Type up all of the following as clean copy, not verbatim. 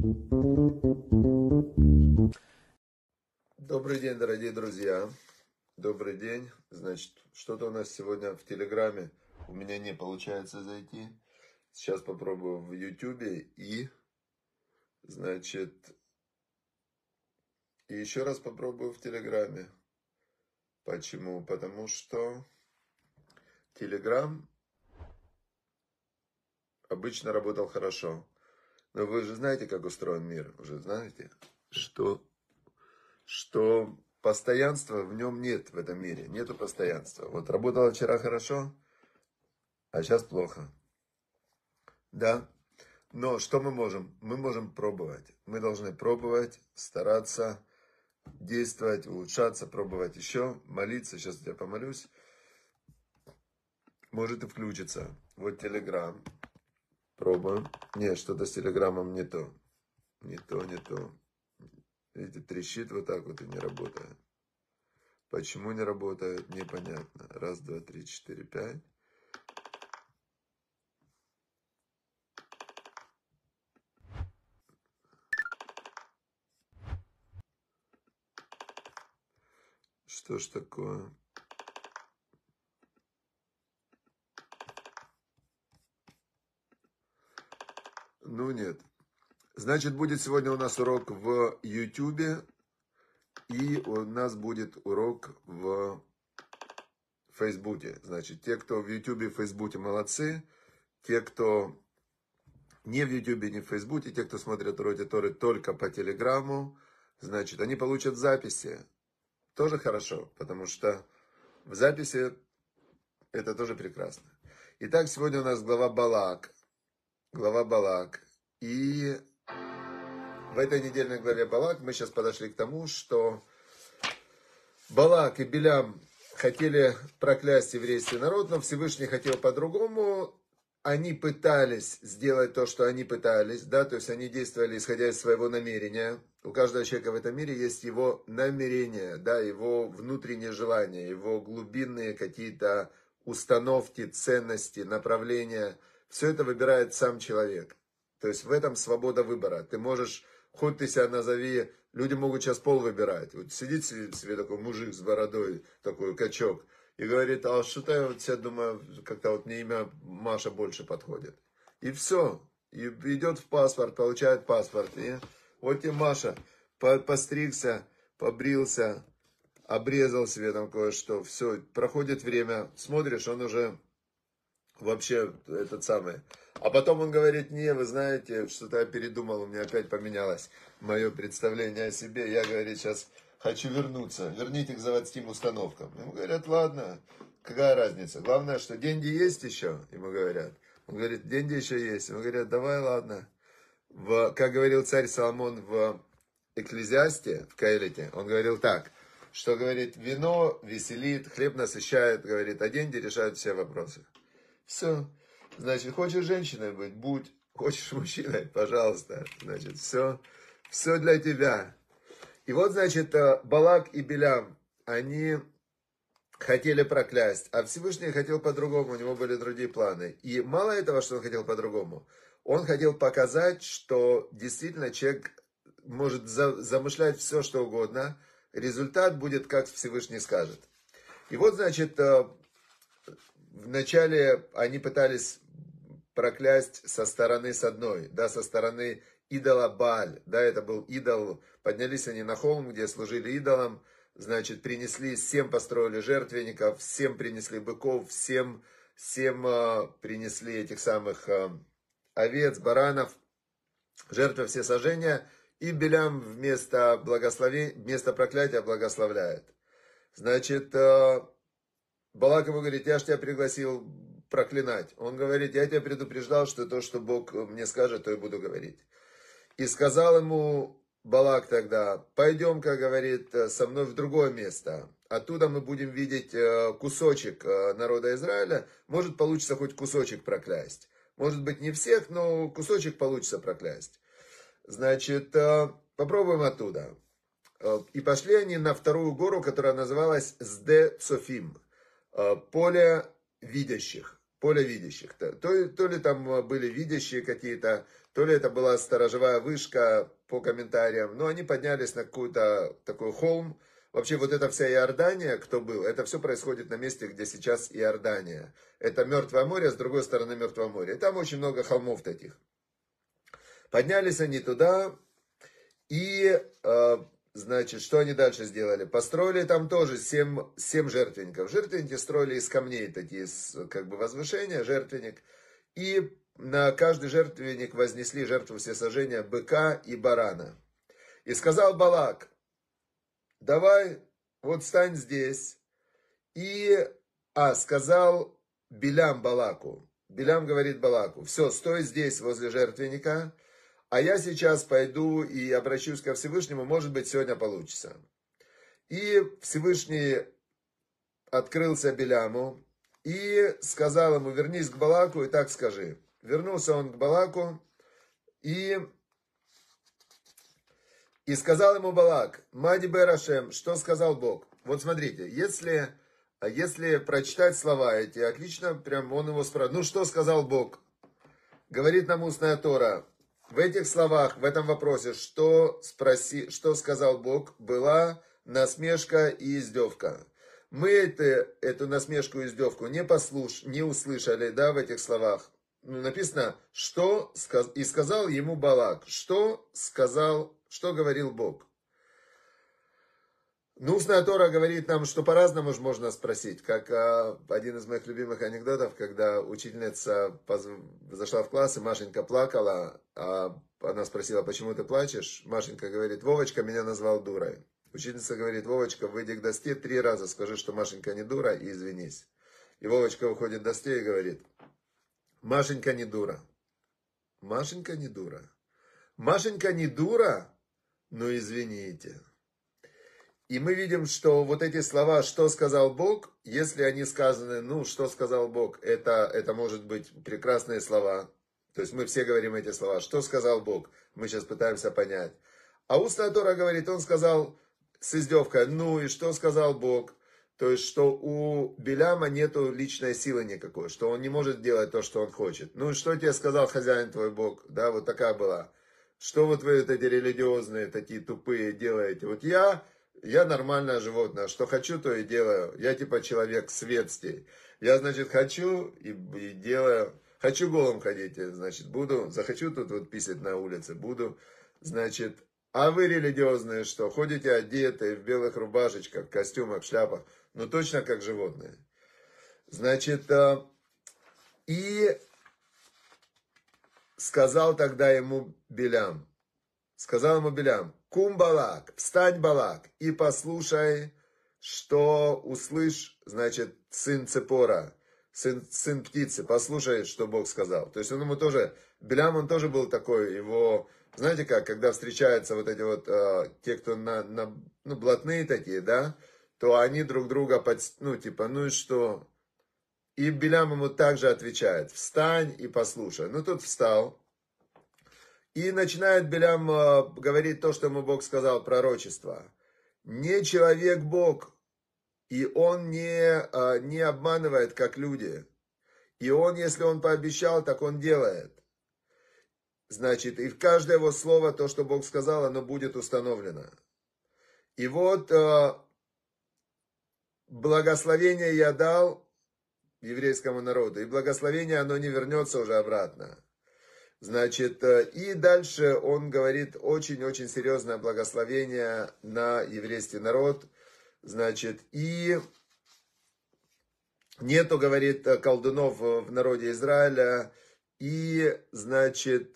Добрый день, дорогие друзья. Добрый день. Значит, что-то у нас сегодня в Телеграме у меня не получается зайти. Сейчас попробую в Ютубе и, значит, и еще раз попробую в Телеграме. Почему? Потому что Телеграм обычно работал хорошо. Но вы же знаете, как устроен мир. Уже знаете, что постоянства в нем нет в этом мире. Нету постоянства. Вот работало вчера хорошо, а сейчас плохо. Да. Но что мы можем? Мы можем пробовать. Мы должны пробовать, стараться, действовать, улучшаться, пробовать еще, молиться. Сейчас я помолюсь. Может и включится. Вот Телеграм. Пробуем. Нет, что-то с Телеграмом не то. Не то, не то. Видите, трещит вот так вот и не работает. Почему не работает, непонятно. Раз, два, три, четыре, пять. Что ж такое? Ну нет. Значит, будет сегодня у нас урок в Ютубе. И у нас будет урок в Фейсбуке. Значит, те, кто в Ютубе и Фейсбуке, молодцы. Те, кто не в Ютубе, не в Фейсбуке, те, кто смотрят уроки Торы только по Телеграмму, значит, они получат записи. Тоже хорошо, потому что в записи это тоже прекрасно. Итак, сегодня у нас глава Балак. Глава Балак. И в этой недельной главе Балак мы сейчас подошли к тому, что Балак и Билям хотели проклясть еврейский народ, но Всевышний хотел по-другому. Они пытались сделать то, что они пытались, да, то есть они действовали исходя из своего намерения. У каждого человека в этом мире есть его намерение, да, его внутреннее желание, его глубинные какие-то установки, ценности, направления. Все это выбирает сам человек. То есть в этом свобода выбора. Ты можешь, хоть ты себя назови, люди могут сейчас пол выбирать. Вот сидит себе такой мужик с бородой, такой качок, и говорит, а что-то я вот себя думаю, как-то вот мне имя Маша больше подходит. И все. И идет в паспорт, получает паспорт. И вот тебе Маша, постригся, побрился, обрезал себе там кое-что. Все, проходит время, смотришь, он уже вообще этот самый. А потом он говорит, не, вы знаете, что-то я передумал, у меня опять поменялось мое представление о себе. Я, говорит, сейчас хочу вернуться. Верните к заводским установкам. Ему говорят, ладно, какая разница. Главное, что деньги есть еще, ему говорят. Он говорит, деньги еще есть. Ему говорят, давай, ладно. Как говорил царь Соломон в Экклезиасте, в Каэлите, он говорил так, что, говорит, вино веселит, хлеб насыщает, говорит, а деньги решают все вопросы. Все. Значит, хочешь женщиной быть, будь. Хочешь мужчиной, пожалуйста. Значит, все. Все для тебя. И вот, значит, Балак и Билям, они хотели проклясть, а Всевышний хотел по-другому, у него были другие планы. И мало этого, что он хотел по-другому, он хотел показать, что действительно человек может замышлять все, что угодно, результат будет, как Всевышний скажет. И вот, значит, вначале они пытались проклясть со стороны с одной, да, со стороны идола Бааль, да, это был идол, поднялись они на холм, где служили идолам, значит, принесли, 7 построили жертвенников, 7 принесли быков, 7 принесли этих самых овец, баранов, жертвы всесожжения, и Билям вместо проклятия благословляет. Значит, Балак ему говорит, я ж тебя пригласил проклинать. Он говорит, я тебя предупреждал, что то, что Бог мне скажет, то и буду говорить. И сказал ему Балак тогда, пойдем, как говорит, со мной в другое место. Оттуда мы будем видеть кусочек народа Израиля. Может, получится хоть кусочек проклясть. Может быть, не всех, но кусочек получится проклясть. Значит, попробуем оттуда. И пошли они на вторую гору, которая называлась Сде Цофим. Поле видящих. То ли там были видящие какие-то, то ли это была сторожевая вышка по комментариям, но они поднялись на какой-то такой холм. Вообще вот эта вся Иордания, кто был, это все происходит на месте, где сейчас Иордания. Это Мертвое море, с другой стороны Мертвое море. И там очень много холмов таких. Поднялись они туда, и, значит, что они дальше сделали? Построили там тоже 7 жертвенников. Жертвенники строили из камней, такие, как бы возвышения, жертвенник. И на каждый жертвенник вознесли жертву всесожжения быка и барана. И сказал Балак: давай, вот стань здесь. И, сказал Билям Балаку. Билям говорит Балаку: все, стой здесь возле жертвенника, а я сейчас пойду и обращусь ко Всевышнему, может быть, сегодня получится. И Всевышний открылся Биляму и сказал ему: вернись к Балаку и так скажи. Вернулся он к Балаку и сказал ему Балак: Мади Берашем, что сказал Бог? Вот смотрите, если прочитать слова эти, отлично, прям он его спрашивает: ну что сказал Бог? Говорит нам устная Тора. В этих словах, в этом вопросе, что сказал Бог, была насмешка и издевка. Мы эту насмешку и издевку не услышали, да, в этих словах. Написано, что и сказал ему Балак. Что говорил Бог? Ну, устная Тора говорит нам, что по-разному можно спросить. Как один из моих любимых анекдотов, когда учительница зашла в класс, и Машенька плакала, а она спросила: почему ты плачешь? Машенька говорит: Вовочка меня назвал дурой. Учительница говорит: Вовочка, выйди к доске, 3 раза скажи, что Машенька не дура, и извинись. И Вовочка выходит к доске и говорит: Машенька не дура. Машенька не дура. Машенька не дура, но извините. И мы видим, что вот эти слова, что сказал Бог, если они сказаны, ну, что сказал Бог, это может быть прекрасные слова. То есть мы все говорим эти слова. Что сказал Бог? Мы сейчас пытаемся понять. А устная Тора говорит, он сказал с издевкой: ну и что сказал Бог? То есть, что у Биляма нету личной силы никакой, что он не может делать то, что он хочет. Ну, что тебе сказал хозяин твой Бог? Да, вот такая была. Что вот вы вот эти религиозные, такие тупые делаете? Вот я нормальное животное, что хочу, то и делаю. Я типа человек светский. Я, значит, хочу и делаю. Хочу голым ходить, значит, буду. Захочу тут вот писать на улице, буду. Значит, а вы религиозные что? Ходите одетые в белых рубашечках, костюмах, шляпах. Ну, точно как животные. Значит, и сказал тогда ему Билям. Сказал ему Билям: кум Балак, встань, Балак, и послушай, что услышь, значит, сын Цепора, сын птицы, послушай, что Бог сказал. То есть он ему тоже, Билям, он тоже был такой, его, знаете как, когда встречаются вот эти вот, те, кто ну, блатные такие, да, то они друг друга, ну, типа, ну и что? И Билям ему также отвечает: встань и послушай. Ну, тут встал. И начинает Билям говорить то, что ему Бог сказал, пророчество. Не человек Бог, и он не обманывает, как люди. И он, если он пообещал, так он делает. Значит, и в каждое его слово, то, что Бог сказал, оно будет установлено. И вот благословение я дал еврейскому народу, и благословение оно не вернется уже обратно. Значит, и дальше он говорит очень-очень серьезное благословение на еврейский народ. Значит, и нету, говорит, колдунов в народе Израиля. И, значит,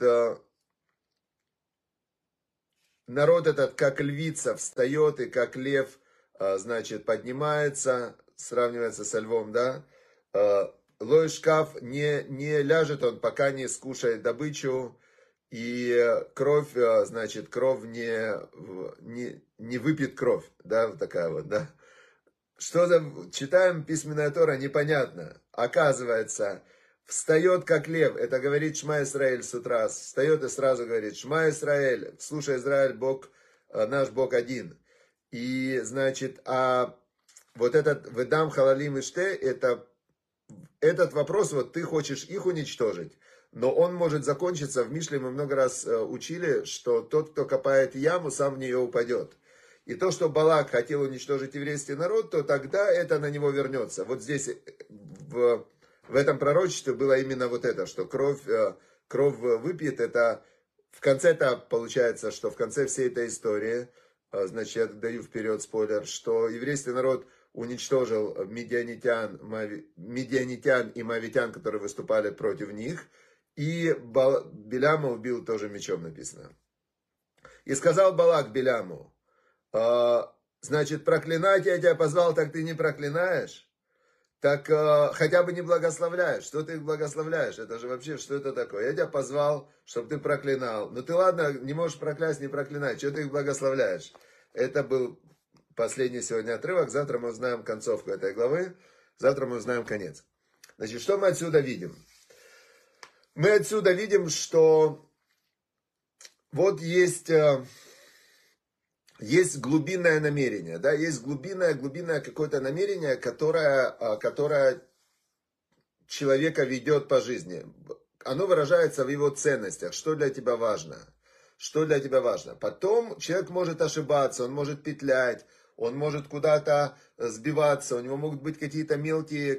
народ этот, как львица, встает, и как лев, значит, поднимается, сравнивается со львом, да. Лой шкаф, не ляжет он, пока не скушает добычу, и кровь, значит, кровь не выпьет кровь, да, вот такая вот, да. Что за, читаем письменная Тора, непонятно. Оказывается, встает как лев, это говорит Шма Исраэль с утра, встает и сразу говорит: Шма Исраэль, слушай, Израиль, Бог, наш Бог один. И, значит, вот этот «Ведам халалим иште», этот вопрос, вот ты хочешь их уничтожить, но он может закончиться, в Мишле мы много раз учили, что тот, кто копает яму, сам в нее упадет. И то, что Балак хотел уничтожить еврейский народ, то тогда это на него вернется. Вот здесь в этом пророчестве было именно вот это, что кровь выпьет, это в конце-то получается, что в конце всей этой истории, значит, я даю вперед спойлер, что еврейский народ уничтожил медианитян и моавитян, которые выступали против них, и Биляма убил тоже мечом, написано. И сказал Балак Биляму: значит, проклинать я тебя позвал, так ты не проклинаешь? Так хотя бы не благословляешь. Что ты их благословляешь? Это же вообще, что это такое? Я тебя позвал, чтобы ты проклинал. Ну ты ладно, не можешь проклясть, не проклинай. Что ты их благословляешь? Это был последний сегодня отрывок. Завтра мы узнаем концовку этой главы. Завтра мы узнаем конец. Значит, что мы отсюда видим? Мы отсюда видим, что вот есть глубинное намерение, да, есть глубинное какое-то намерение, которое человека ведет по жизни. Оно выражается в его ценностях, что для тебя важно. Что для тебя важно. Потом человек может ошибаться, он может петлять, он может куда-то сбиваться, у него могут быть какие-то мелкие,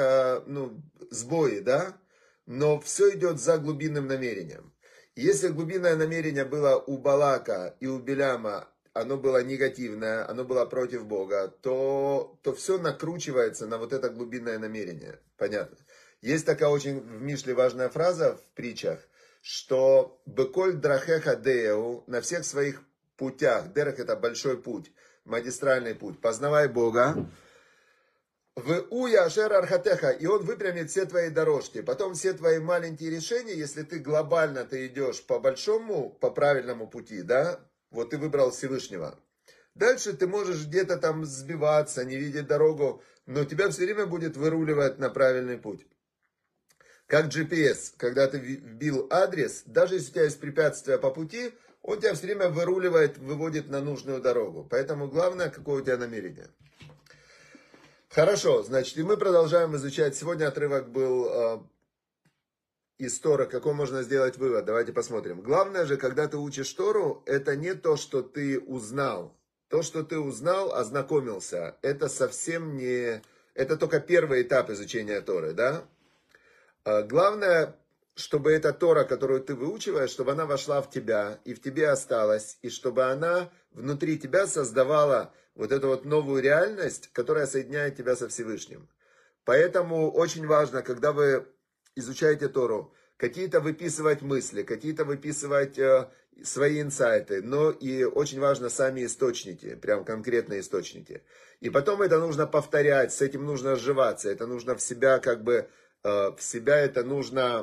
сбои, да, но все идет за глубинным намерением. Если глубинное намерение было у Балака и у Биляма, оно было негативное, оно было против Бога, то все накручивается на вот это глубинное намерение. Понятно? Есть такая очень в Мишле важная фраза в притчах, что «беколь драхеха деу» на всех своих путях, дерех это большой путь, магистральный путь, познавай Бога, в уя ашер архатеха, и он выпрямит все твои дорожки. Потом все твои маленькие решения, если ты глобально идешь по большому, по правильному пути, да, вот ты выбрал Всевышнего. Дальше ты можешь где-то там сбиваться, не видеть дорогу, но тебя все время будет выруливать на правильный путь. Как GPS, когда ты вбил адрес, даже если у тебя есть препятствия по пути, он тебя все время выруливает, выводит на нужную дорогу. Поэтому главное, какое у тебя намерение. Хорошо, значит, и мы продолжаем изучать. Сегодня отрывок был из Тора, какой можно сделать вывод. Давайте посмотрим. Главное же, когда ты учишь Тору, это не то, что ты узнал. То, что ты узнал, ознакомился, это совсем не... Это только первый этап изучения Торы, да? Главное, чтобы эта Тора, которую ты выучиваешь, чтобы она вошла в тебя и в тебе осталась, и чтобы она внутри тебя создавала вот эту вот новую реальность, которая соединяет тебя со Всевышним. Поэтому очень важно, когда вы изучаете Тору, какие-то выписывать мысли, какие-то выписывать свои инсайты, но и очень важно сами источники, прям конкретные источники. И потом это нужно повторять, с этим нужно сживаться, это нужно в себя в себя это нужно,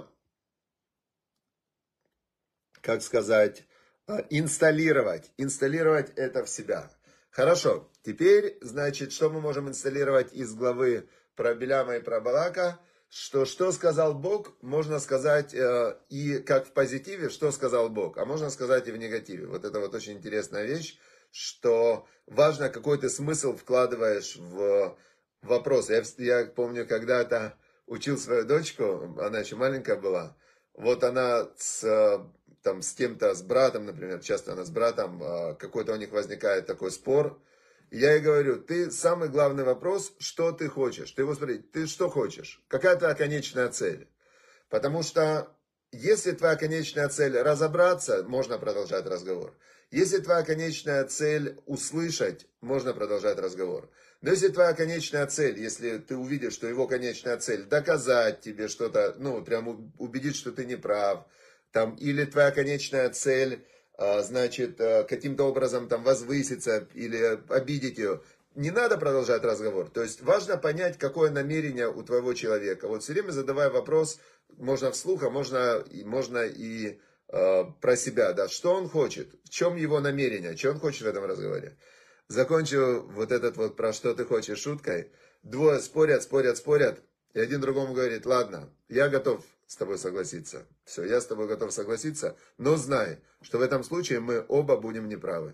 как сказать, инсталлировать это в себя. Хорошо, теперь, значит, что мы можем инсталлировать из главы про Биляма и про Балака? Что сказал Бог, можно сказать и как в позитиве, что сказал Бог, а можно сказать и в негативе. Вот это вот очень интересная вещь, что важно, какой ты смысл вкладываешь в вопрос. Я помню, когда-то учил свою дочку, она еще маленькая была, вот она с кем-то, с братом, например, часто она с братом, какой-то у них возникает такой спор. И я ей говорю, ты самый главный вопрос, что ты хочешь. Ты его спроси, ты что хочешь? Какая твоя конечная цель? Потому что если твоя конечная цель разобраться, можно продолжать разговор. Если твоя конечная цель услышать, можно продолжать разговор. Но если твоя конечная цель, если ты увидишь, что его конечная цель доказать тебе что-то, прям убедить, что ты не прав, или твоя конечная цель, значит, каким-то образом возвыситься или обидеть ее, не надо продолжать разговор. То есть важно понять, какое намерение у твоего человека. Вот все время задавая вопрос, можно вслух, а можно и про себя, да, что он хочет, в чем его намерение, что он хочет в этом разговоре. Закончу вот этот вот про что ты хочешь шуткой. Двое спорят, и один другому говорит, ладно, я готов с тобой согласиться. Все, я с тобой готов согласиться, но знай, что в этом случае мы оба будем неправы.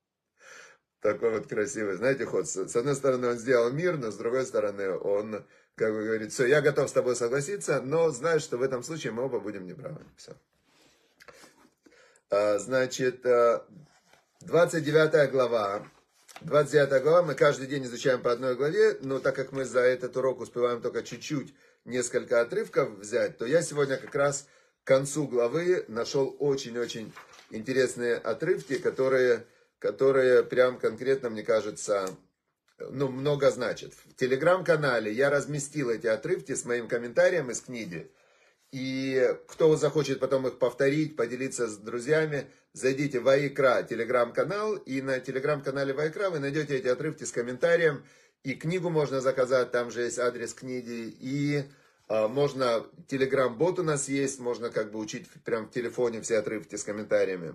Такой вот красивый, знаете, ход. С одной стороны, он сделал мир, но с другой стороны, он как бы говорит, все, я готов с тобой согласиться, но знаю, что в этом случае мы оба будем неправы. Все. Значит, 29 глава. 29 глава, мы каждый день изучаем по одной главе, но так как мы за этот урок успеваем только чуть-чуть, несколько отрывков взять, то я сегодня как раз к концу главы нашел очень-очень интересные отрывки, которые прям конкретно, мне кажется, много значат. В телеграм-канале я разместил эти отрывки с моим комментарием из книги. И кто захочет потом их повторить, поделиться с друзьями, зайдите в Ваикра телеграм-канал, и на телеграм-канале Ваикра вы найдете эти отрывки с комментарием, и книгу можно заказать, там же есть адрес книги, и можно, телеграм-бот у нас есть, можно как бы учить прямо в телефоне все отрывки с комментариями.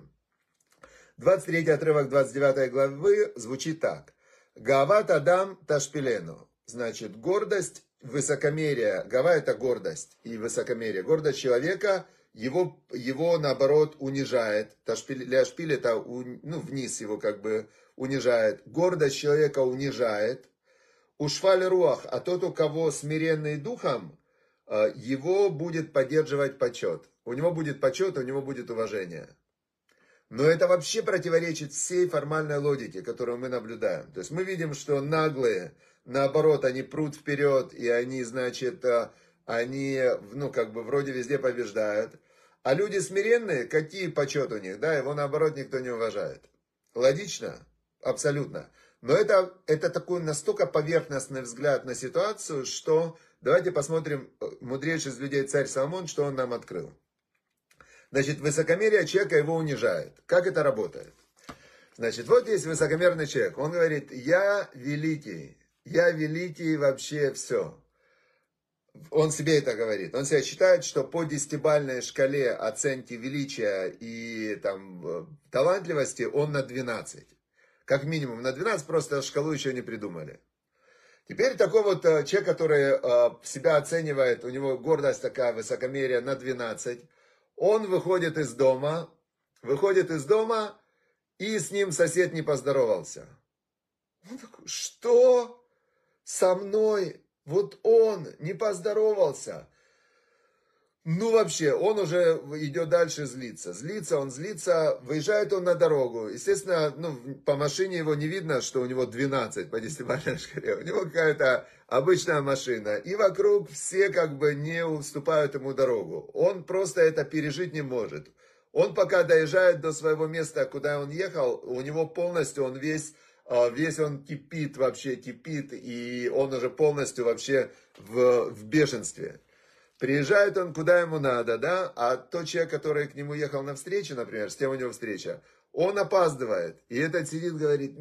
23 отрывок 29 главы звучит так. Гаават Адам Ташпилену. Значит, гордость, высокомерие. Гава — это гордость и высокомерие. Гордость человека его наоборот унижает. Ляшпиль — это вниз его как бы унижает. Гордость человека унижает. Ушфаль руах, а тот, у кого смиренный духом, его будет поддерживать почет. У него будет почет, у него будет уважение. Но это вообще противоречит всей формальной логике, которую мы наблюдаем. То есть мы видим, что наглые, наоборот, они прут вперед, и они, значит, они, как бы вроде везде побеждают. А люди смиренные, какие почет у них, да, его наоборот никто не уважает. Логично? Абсолютно. Но это такой настолько поверхностный взгляд на ситуацию, что давайте посмотрим, мудрейший из людей царь Соломон, что он нам открыл. Значит, высокомерие человека его унижает. Как это работает? Значит, вот есть высокомерный человек. Он говорит, я великий вообще все. Он себе это говорит. Он себя считает, что по 10-бальной шкале оценки величия и талантливости он на 12. Как минимум на 12, просто шкалу еще не придумали. Теперь такой вот человек, который себя оценивает, у него гордость такая, высокомерие на 12, он выходит из дома, и с ним сосед не поздоровался. Он такой, что? Со мной? Вот он не поздоровался. Вообще, он уже идет дальше злиться. Злится, выезжает он на дорогу. Естественно, по машине его не видно, что у него 12 по 10-бальной шкале. У него какая-то обычная машина. И вокруг все как бы не уступают ему дорогу. Он просто это пережить не может. Он пока доезжает до своего места, куда он ехал, у него полностью он весь он кипит, и он уже полностью вообще в бешенстве. Приезжает он куда ему надо, да, а тот человек, который к нему ехал на встречу, например, с кем у него встреча, он опаздывает. И этот сидит, говорит,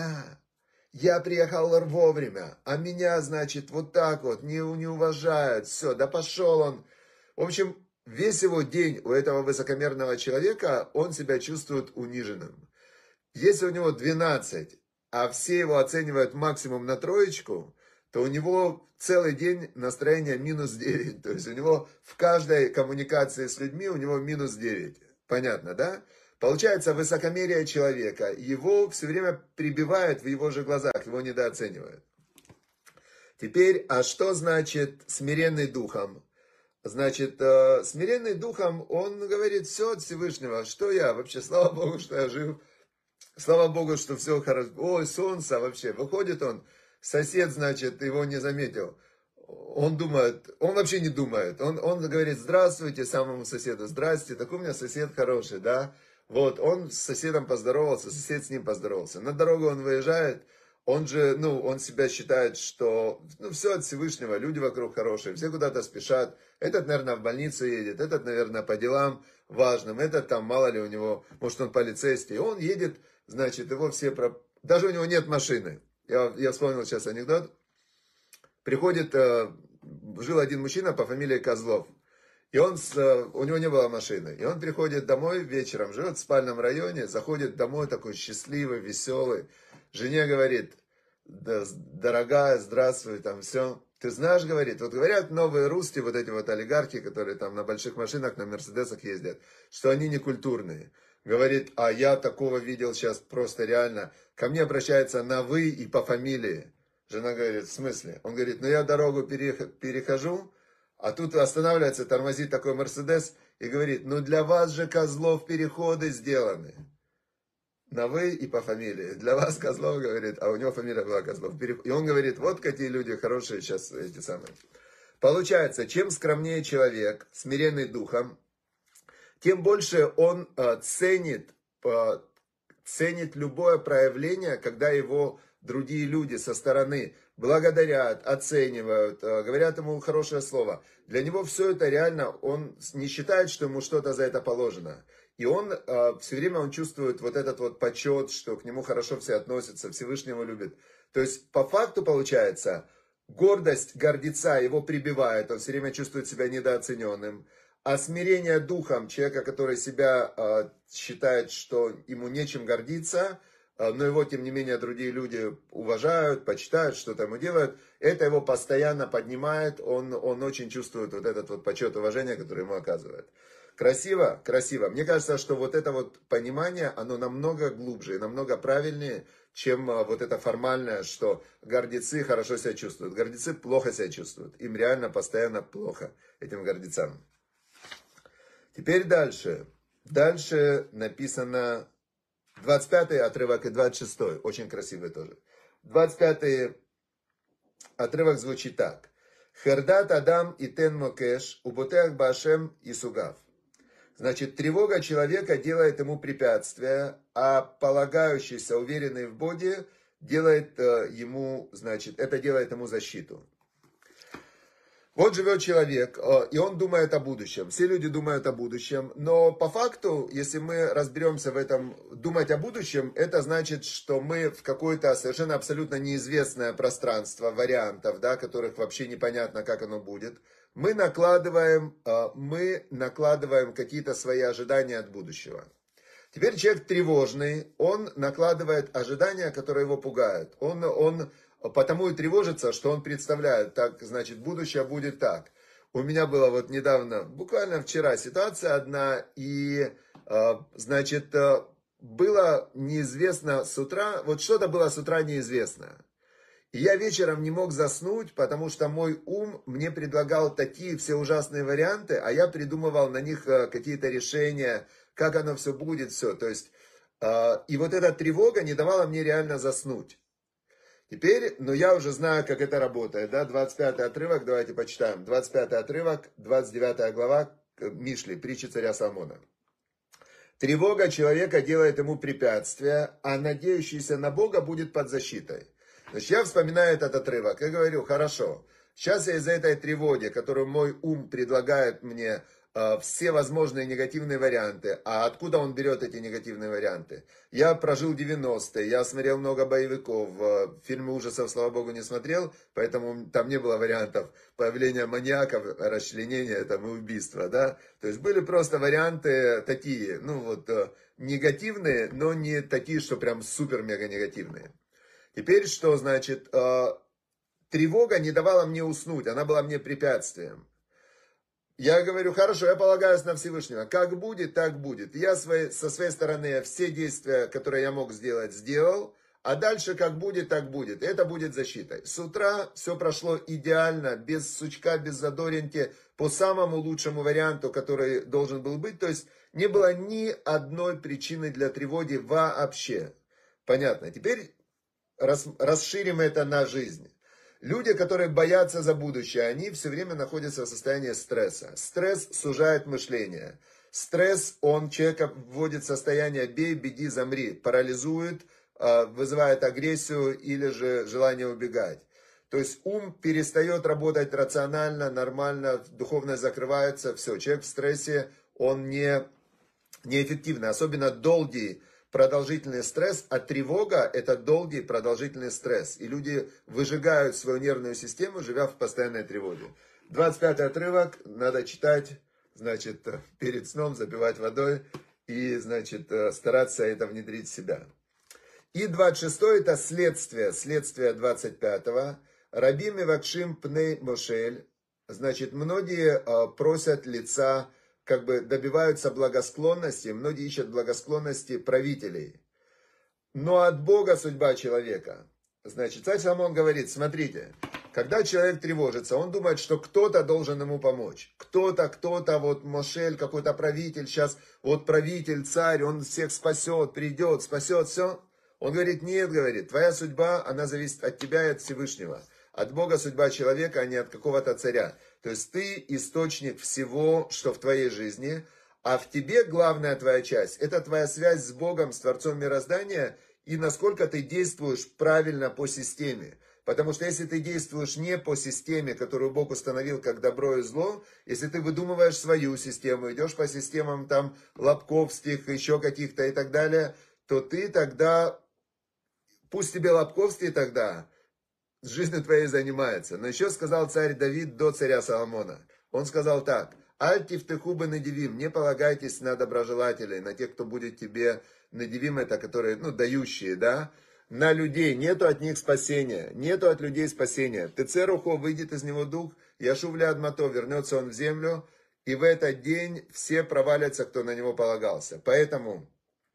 я приехал вовремя, а меня, значит, вот так вот не уважают, все, да пошел он. В общем, весь его день у этого высокомерного человека, он себя чувствует униженным. Если у него 12, а все его оценивают максимум на 3, то у него целый день настроение минус 9. То есть у него в каждой коммуникации с людьми у него минус 9. Понятно, да? Получается, высокомерие человека, его все время прибивает в его же глазах, его недооценивают. Теперь, а что значит смиренный духом? Значит, смиренный духом, он говорит, все от Всевышнего, что я вообще, слава Богу, что я жив, слава Богу, что все хорошо, ой, солнце вообще, выходит он, сосед, значит, его не заметил. Он думает, он вообще не думает. Он говорит, здравствуйте самому соседу, здрасте, такой у меня сосед хороший, да. Вот, он с соседом поздоровался, сосед с ним поздоровался. На дорогу он выезжает, он же, он себя считает, что, все от Всевышнего, люди вокруг хорошие, все куда-то спешат. Этот, наверное, в больницу едет, этот, наверное, по делам важным, этот там, мало ли у него, может, он полицейский. Он едет, значит, его все, даже у него нет машины. Я вспомнил сейчас анекдот. Приходит, жил один мужчина по фамилии Козлов. И у него не было машины. И он приходит домой вечером, живет в спальном районе, заходит домой такой счастливый, веселый. Жене говорит, дорогая, здравствуй, там все. Ты знаешь, говорит, вот говорят новые русские, вот эти вот олигархи, которые там на больших машинах, на мерседесах ездят, что они не культурные. Говорит, а я такого видел сейчас просто реально. Ко мне обращается на вы и по фамилии. Жена говорит, в смысле? Он говорит, ну я дорогу перехожу, а тут останавливается, тормозит такой Мерседес и говорит, ну для вас же, козлов, переходы сделаны. На вы и по фамилии. Для вас Козлов, говорит, а у него фамилия была Козлов. И он говорит, вот какие люди хорошие сейчас эти самые. Получается, чем скромнее человек, смиренный духом, тем больше он ценит любое проявление, когда его другие люди со стороны благодарят, оценивают, говорят ему хорошее слово. Для него все это реально, он не считает, что ему что-то за это положено. И он все время он чувствует вот этот вот почет, что к нему хорошо все относятся, Всевышнего любит. То есть по факту получается, гордость гордеца его прибивает, он все время чувствует себя недооцененным. А смирение духом человека, который себя считает, что ему нечем гордиться, но его, тем не менее, другие люди уважают, почитают, что-то ему делают, это его постоянно поднимает, он очень чувствует вот этот вот почет, уважение, которое ему оказывают. Красиво? Красиво. Мне кажется, что вот это вот понимание, оно намного глубже и намного правильнее, чем вот это формальное, что гордецы хорошо себя чувствуют. Гордецы плохо себя чувствуют. Им реально постоянно плохо, этим гордецам. Теперь дальше. Дальше написано 25-й отрывок и 26-й. Очень красивый тоже. 25-й отрывок звучит так. Хердат Адам и Тен Мокеш, Уботеах Башем и Сугав. Значит, тревога человека делает ему препятствия, а полагающийся, уверенный в Боге, делает ему, значит, это делает ему защиту. Вот живет человек, и он думает о будущем. Все люди думают о будущем, но по факту, если мы разберемся в этом, думать о будущем, это значит, что мы в какое-то совершенно абсолютно неизвестное пространство вариантов, да, которых вообще непонятно, как оно будет. Мы накладываем какие-то свои ожидания от будущего. Теперь человек тревожный, он накладывает ожидания, которые его пугают. Он потому и тревожится, что он представляет, так, значит, будущее будет так. У меня была вот недавно, буквально вчера ситуация одна, и, значит, было неизвестно с утра, вот что-то было с утра неизвестно. И я вечером не мог заснуть, потому что мой ум мне предлагал такие все ужасные варианты, а я придумывал на них какие-то решения, как оно все будет, все. То есть, и вот эта тревога не давала мне реально заснуть. Теперь, но я уже знаю, как это работает, да, 25-й отрывок, давайте почитаем. 25-й отрывок, 29 глава Мишли, притчи царя Соломона. Тревога человека делает ему препятствия, а надеющийся на Бога будет под защитой. Значит, я вспоминаю этот отрывок и говорю, хорошо, сейчас я из-за этой тревоги, которую мой ум предлагает мне, все возможные негативные варианты. А откуда он берет эти негативные варианты? Я прожил 90-е, я смотрел много боевиков, фильмы ужасов, слава богу, не смотрел, поэтому там не было вариантов появления маньяков, расчленения там, и убийства, да. То есть были просто варианты такие, ну вот, негативные, но не такие, что прям супер-мега негативные. Теперь что значит? Тревога не давала мне уснуть, она была мне препятствием. Я говорю, хорошо, я полагаюсь на Всевышнего. Как будет, так будет. Я со своей стороны все действия, которые я мог сделать, сделал. А дальше как будет, так будет. Это будет защитой. С утра все прошло идеально, без сучка, без задоринки, по самому лучшему варианту, который должен был быть. То есть не было ни одной причины для тревоги вообще. Понятно. Теперь расширим это на жизнь. Люди, которые боятся за будущее, они все время находятся в состоянии стресса. Стресс сужает мышление. Стресс, он человека вводит в состояние бей, беги, замри, парализует, вызывает агрессию или же желание убегать. То есть ум перестает работать рационально, нормально, духовно закрывается, все. Человек в стрессе, он неэффективный, особенно долгий, продолжительный стресс, а тревога – это долгий продолжительный стресс. И люди выжигают свою нервную систему, живя в постоянной тревоге. 25-й отрывок надо читать, значит, перед сном запивать водой и, значит, стараться это внедрить в себя. И 26-й – это следствие 25-го. Раби мевакшим пней мошель. Значит, многие просят лица, как бы добиваются благосклонности, многие ищут благосклонности правителей. Но от Бога судьба человека. Значит, царь Соломон говорит, смотрите, когда человек тревожится, он думает, что кто-то должен ему помочь. Кто-то, вот Мошель, какой-то правитель, сейчас вот правитель, царь, он всех спасет, придет, спасет, все. Он говорит, нет, говорит, твоя судьба, она зависит от тебя и от Всевышнего. От Бога судьба человека, а не от какого-то царя. То есть ты источник всего, что в твоей жизни, а в тебе главная твоя часть, это твоя связь с Богом, с Творцом мироздания, и насколько ты действуешь правильно по системе. Потому что если ты действуешь не по системе, которую Бог установил как добро и зло, если ты выдумываешь свою систему, идешь по системам там лобковских, еще каких-то и так далее, то ты тогда, пусть тебе лобковские тогда, жизнью твоей занимается. Но еще сказал царь Давид до царя Соломона. Он сказал так. Аль-тифтеху бы надивим, не полагайтесь на доброжелателей, на тех, кто будет тебе надивим, это которые, дающие, да, на людей, нету от них спасения, нету от людей спасения. Тецерухо, выйдет из него дух, Яшувля Адмато, вернется он в землю, и в этот день все провалятся, кто на него полагался. Поэтому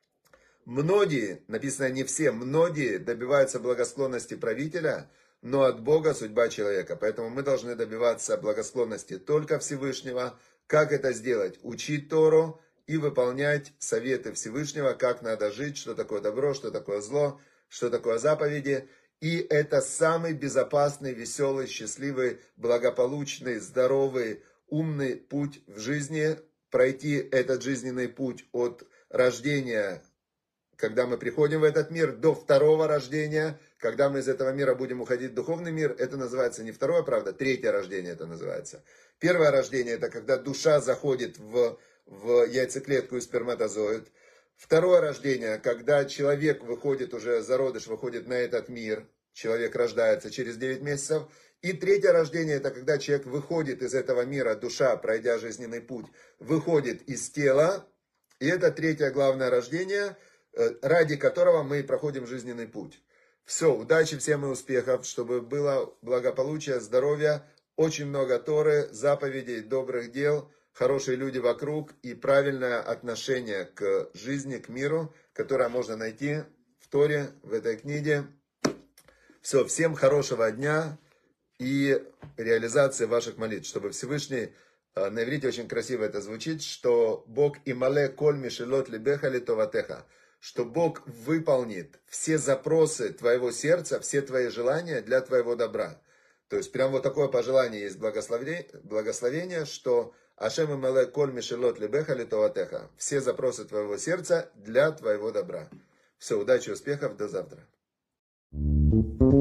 многие, написано не все, многие добиваются благосклонности правителя, но от Бога судьба человека. Поэтому мы должны добиваться благосклонности только Всевышнего. Как это сделать? Учить Тору и выполнять советы Всевышнего, как надо жить, что такое добро, что такое зло, что такое заповеди. И это самый безопасный, веселый, счастливый, благополучный, здоровый, умный путь в жизни. Пройти этот жизненный путь от рождения, когда мы приходим в этот мир, до второго рождения, когда мы из этого мира будем уходить в духовный мир, это называется не второе, правда, третье рождение это называется. Первое рождение это когда душа заходит в яйцеклетку и сперматозоид. Второе рождение, когда человек выходит, уже зародыш выходит на этот мир, человек рождается через 9 месяцев. И третье рождение, это когда человек выходит из этого мира, душа, пройдя жизненный путь, выходит из тела. И это третье главное рождение, ради которого мы проходим жизненный путь. Все, удачи всем и успехов, чтобы было благополучие, здоровье, очень много Торы, заповедей, добрых дел, хорошие люди вокруг и правильное отношение к жизни, к миру, которое можно найти в Торе, в этой книге. Все, всем хорошего дня и реализации ваших молитв, чтобы Всевышний, на иврите очень красиво это звучит, что Бог имале коль мишелот либеха литоватеха, что Бог выполнит все запросы твоего сердца, все твои желания для твоего добра. То есть прям вот такое пожелание есть благословение, что Ашем имале коль мишелот либеха литоватеха, все запросы твоего сердца для твоего добра. Все, удачи, успехов, до завтра.